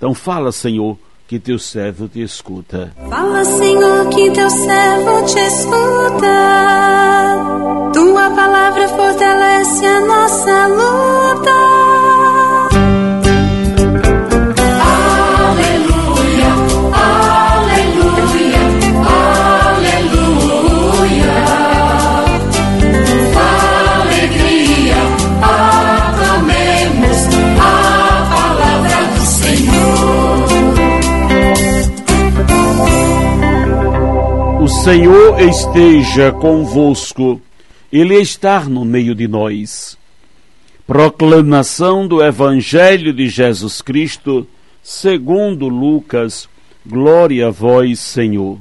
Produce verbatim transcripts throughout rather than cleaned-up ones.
Então fala, Senhor, que teu servo te escuta. Fala, Senhor, que teu servo te escuta. Tua palavra fortalece a nossa luta. Aleluia, aleluia, aleluia. Com alegria aclamemos a palavra do Senhor. O Senhor esteja convosco, Ele está no meio de nós. Proclamação do Evangelho de Jesus Cristo, segundo Lucas. Glória a vós, Senhor.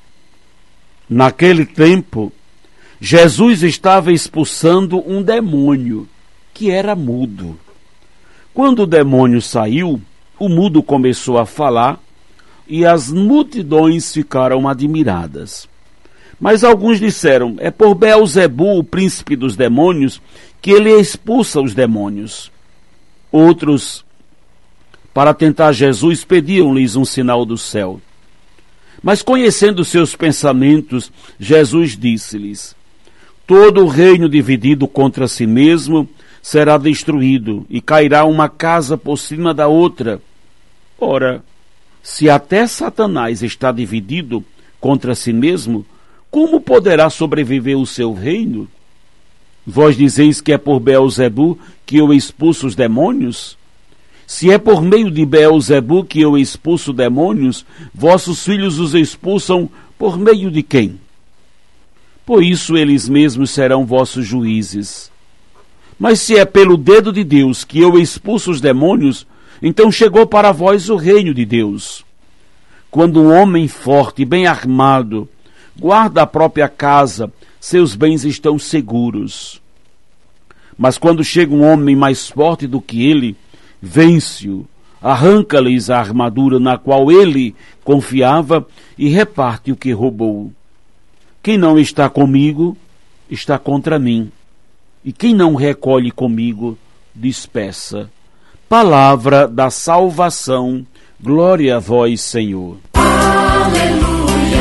Naquele tempo, Jesus estava expulsando um demônio, que era mudo. Quando o demônio saiu, o mudo começou a falar, e as multidões ficaram admiradas. Mas alguns disseram, é por Beelzebu, o príncipe dos demônios, que ele expulsa os demônios. Outros, para tentar Jesus, pediam-lhes um sinal do céu. Mas conhecendo seus pensamentos, Jesus disse-lhes, todo o reino dividido contra si mesmo será destruído, e cairá uma casa por cima da outra. Ora, se até Satanás está dividido contra si mesmo, como poderá sobreviver o seu reino? Vós dizeis que é por Beelzebu que eu expulso os demônios? Se é por meio de Beelzebu que eu expulso demônios, vossos filhos os expulsam por meio de quem? Por isso eles mesmos serão vossos juízes. Mas se é pelo dedo de Deus que eu expulso os demônios, então chegou para vós o reino de Deus. Quando um homem forte e bem armado guarda a própria casa, seus bens estão seguros. Mas quando chega um homem mais forte do que ele, vence-o, arranca-lhes a armadura na qual ele confiava e reparte o que roubou. Quem não está comigo, está contra mim. E quem não recolhe comigo, dispersa. Palavra da salvação, glória a vós, Senhor. Aleluia,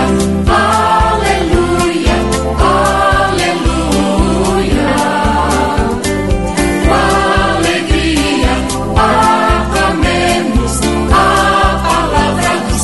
aleluia, aleluia. Com alegria aclamemos a palavra do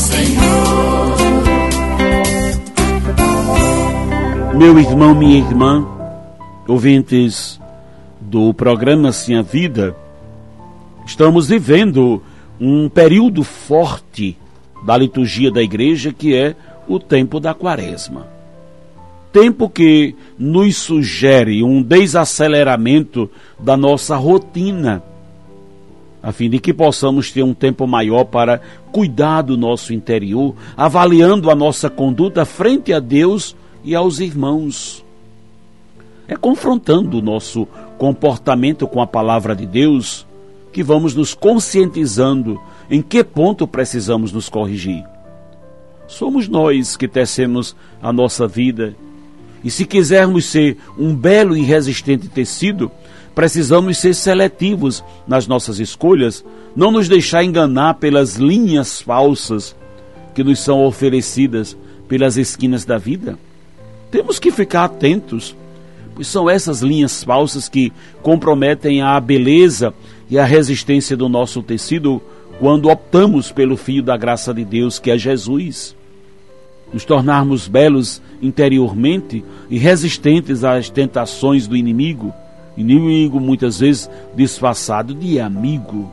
Senhor. Meu irmão, minha irmã, ouvintes do programa Sim a Vida, estamos vivendo um período forte da liturgia da igreja, que é o tempo da quaresma. Tempo que nos sugere um desaceleramento da nossa rotina, a fim de que possamos ter um tempo maior para cuidar do nosso interior, avaliando a nossa conduta frente a Deus e aos irmãos. É confrontando o nosso comportamento com a palavra de Deus que vamos nos conscientizando em que ponto precisamos nos corrigir. Somos nós que tecemos a nossa vida, e se quisermos ser um belo e resistente tecido, precisamos ser seletivos nas nossas escolhas, não nos deixar enganar pelas linhas falsas que nos são oferecidas pelas esquinas da vida. Temos que ficar atentos, pois são essas linhas falsas que comprometem a beleza e a resistência do nosso tecido quando optamos pelo fio da graça de Deus, que é Jesus. Nos tornarmos belos interiormente e resistentes às tentações do inimigo, inimigo muitas vezes disfarçado de amigo.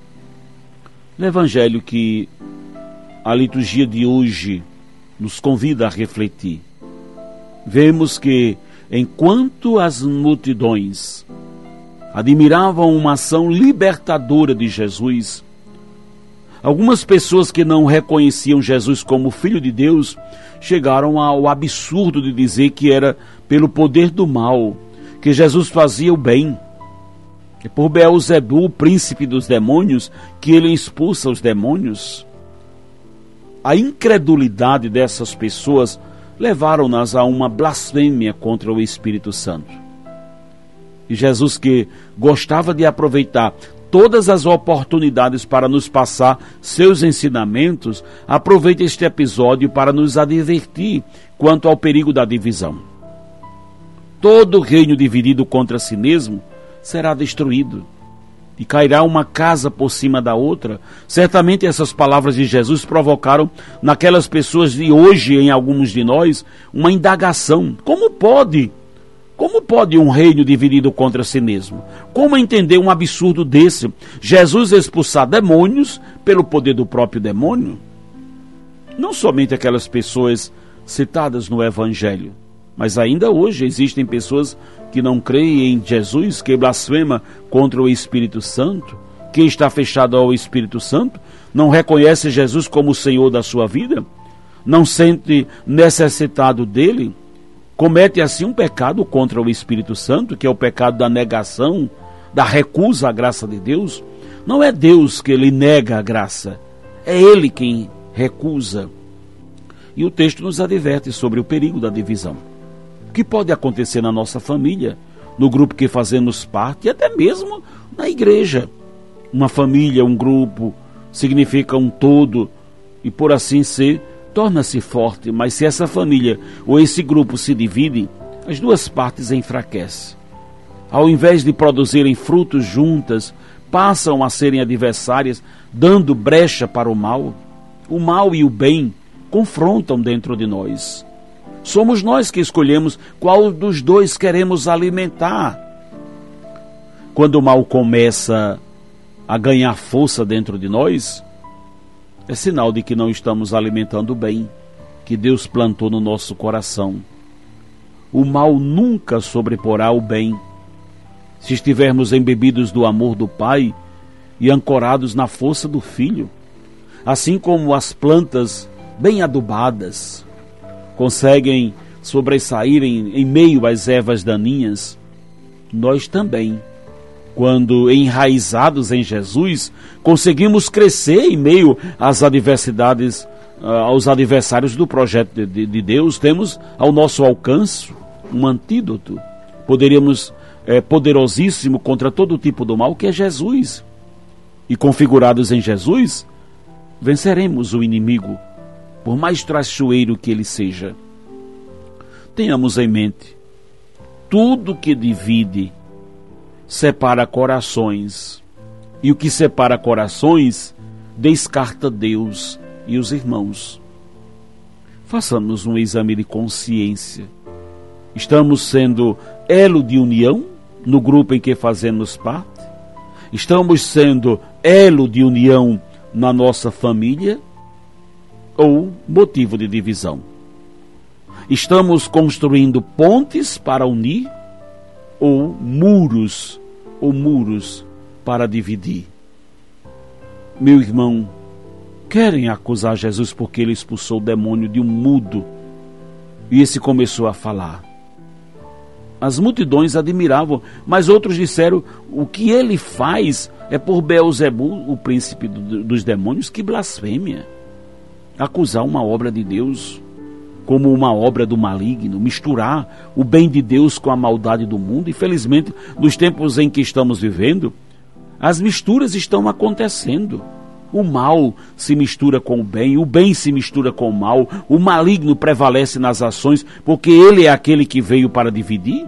No Evangelho que a liturgia de hoje nos convida a refletir, vemos que enquanto as multidões admiravam uma ação libertadora de Jesus, algumas pessoas que não reconheciam Jesus como Filho de Deus chegaram ao absurdo de dizer que era pelo poder do mal que Jesus fazia o bem. É por Beelzebu, o príncipe dos demônios, que ele expulsa os demônios. A incredulidade dessas pessoas levaram-nas a uma blasfêmia contra o Espírito Santo. E Jesus, que gostava de aproveitar todas as oportunidades para nos passar seus ensinamentos, aproveite este episódio para nos advertir quanto ao perigo da divisão. Todo reino dividido contra si mesmo será destruído, e cairá uma casa por cima da outra. Certamente essas palavras de Jesus provocaram naquelas pessoas de hoje, em alguns de nós, uma indagação. Como pode? Como pode um reino dividido contra si mesmo? Como entender um absurdo desse? Jesus expulsar demônios pelo poder do próprio demônio? Não somente aquelas pessoas citadas no Evangelho, mas ainda hoje existem pessoas que não creem em Jesus, que blasfema contra o Espírito Santo, que está fechado ao Espírito Santo, não reconhece Jesus como o Senhor da sua vida, não sente necessitado dele, comete assim um pecado contra o Espírito Santo, que é o pecado da negação, da recusa à graça de Deus. Não é Deus que lhe nega a graça, é ele quem recusa. E o texto nos adverte sobre o perigo da divisão, que pode acontecer na nossa família, no grupo que fazemos parte e até mesmo na igreja. Uma família, um grupo, significa um todo e, por assim ser, torna-se forte. Mas se essa família ou esse grupo se divide, as duas partes enfraquecem. Ao invés de produzirem frutos juntas, passam a serem adversárias, dando brecha para o mal. O mal e o bem confrontam dentro de nós. Somos nós que escolhemos qual dos dois queremos alimentar. Quando o mal começa a ganhar força dentro de nós, é sinal de que não estamos alimentando o bem que Deus plantou no nosso coração. O mal nunca sobreporá o bem, se estivermos embebidos do amor do Pai e ancorados na força do Filho. Assim como as plantas bem adubadas conseguem sobressair em, em meio às ervas daninhas, nós também, quando enraizados em Jesus, conseguimos crescer em meio às adversidades, uh, aos adversários do projeto de, de, de Deus. Temos ao nosso alcance um antídoto, poderíamos, é, poderosíssimo contra todo tipo do mal, que é Jesus. E configurados em Jesus, venceremos o inimigo, por mais traiçoeiro que ele seja. Tenhamos em mente, tudo que divide separa corações, e o que separa corações descarta Deus e os irmãos. Façamos um exame de consciência. Estamos sendo elo de união no grupo em que fazemos parte? Estamos sendo elo de união na nossa família? Ou motivo de divisão? Estamos construindo pontes para unir ou muros ou muros para dividir? Meu irmão, querem acusar Jesus porque ele expulsou o demônio de um mudo e esse começou a falar. As multidões admiravam, mas outros disseram: o que ele faz é por Beelzebu, o príncipe do, dos demônios. Que blasfêmia! Acusar uma obra de Deus como uma obra do maligno, misturar o bem de Deus com a maldade do mundo. Infelizmente, nos tempos em que estamos vivendo, as misturas estão acontecendo. O mal se mistura com o bem, o bem se mistura com o mal, o maligno prevalece nas ações, porque ele é aquele que veio para dividir.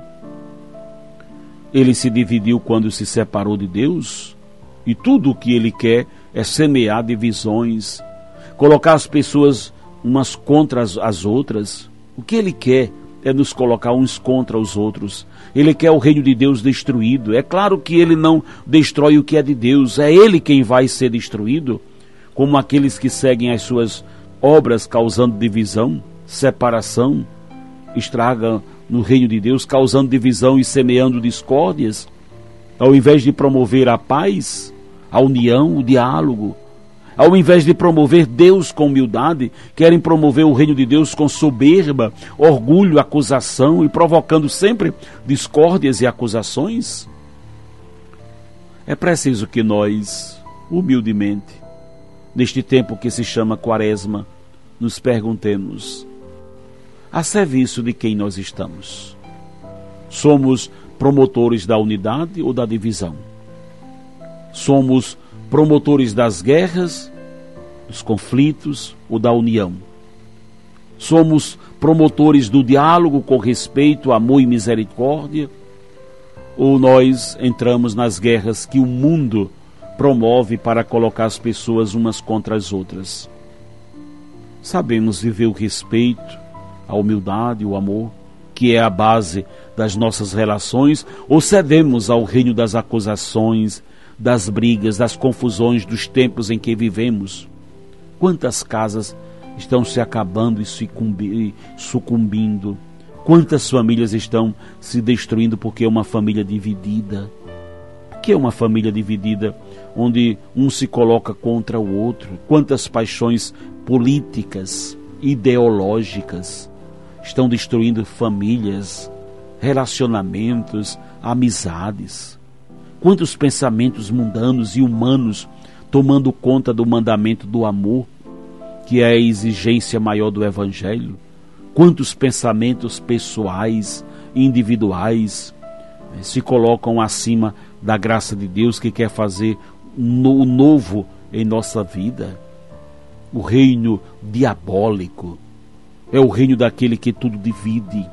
Ele se dividiu quando se separou de Deus, e tudo o que ele quer é semear divisões, colocar as pessoas umas contra as, as outras. O que ele quer é nos colocar uns contra os outros. Ele quer o reino de Deus destruído. É claro que ele não destrói o que é de Deus, é ele quem vai ser destruído, como aqueles que seguem as suas obras causando divisão, separação, estragam no reino de Deus, causando divisão e semeando discórdias, ao invés de promover a paz, a união, o diálogo. Ao invés de promover Deus com humildade, querem promover o reino de Deus com soberba, orgulho, acusação e provocando sempre discórdias e acusações. É preciso que nós, humildemente, neste tempo que se chama Quaresma, nos perguntemos: a serviço de quem nós estamos? Somos promotores da unidade ou da divisão? Somos promotores das guerras, dos conflitos ou da união. Somos promotores do diálogo com respeito, amor e misericórdia, ou nós entramos nas guerras que o mundo promove para colocar as pessoas umas contra as outras. Sabemos viver o respeito, a humildade, o amor, que é a base das nossas relações, ou cedemos ao reino das acusações, das brigas, das confusões dos tempos em que vivemos? Quantas casas estão se acabando e sucumbindo? Quantas famílias estão se destruindo porque é uma família dividida? O que é uma família dividida onde um se coloca contra o outro? Quantas paixões políticas, ideológicas estão destruindo famílias, relacionamentos, amizades? Quantos pensamentos mundanos e humanos tomando conta do mandamento do amor, que é a exigência maior do Evangelho? Quantos pensamentos pessoais, individuais, se colocam acima da graça de Deus, que quer fazer o novo em nossa vida? O reino diabólico é o reino daquele que tudo divide,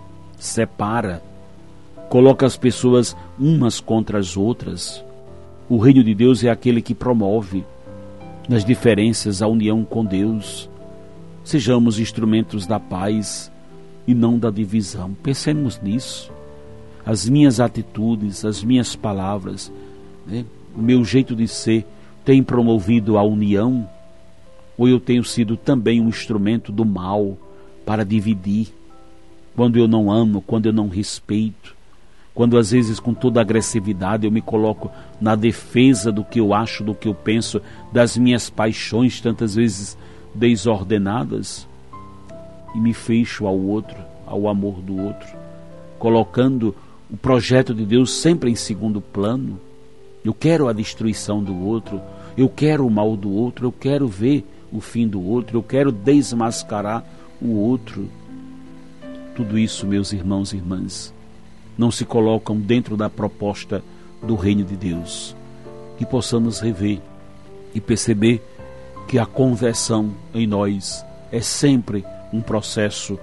separa, coloca as pessoas umas contra as outras. O reino de Deus é aquele que promove nas diferenças a união com Deus. Sejamos instrumentos da paz e não da divisão. Pensemos nisso. As minhas atitudes, as minhas palavras, né, o meu jeito de ser tem promovido a união, ou eu tenho sido também um instrumento do mal para dividir? Quando eu não amo, quando eu não respeito, quando às vezes com toda agressividade eu me coloco na defesa do que eu acho, do que eu penso, das minhas paixões tantas vezes desordenadas, e me fecho ao outro, ao amor do outro, colocando o projeto de Deus sempre em segundo plano. Eu quero a destruição do outro, eu quero o mal do outro, eu quero ver o fim do outro, eu quero desmascarar o outro. Tudo isso, meus irmãos e irmãs, não se colocam dentro da proposta do reino de Deus. Que possamos rever e perceber que a conversão em nós é sempre um processo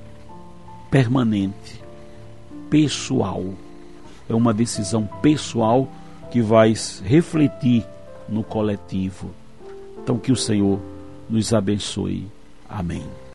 permanente, pessoal. É uma decisão pessoal que vai refletir no coletivo. Então que o Senhor nos abençoe. Amém.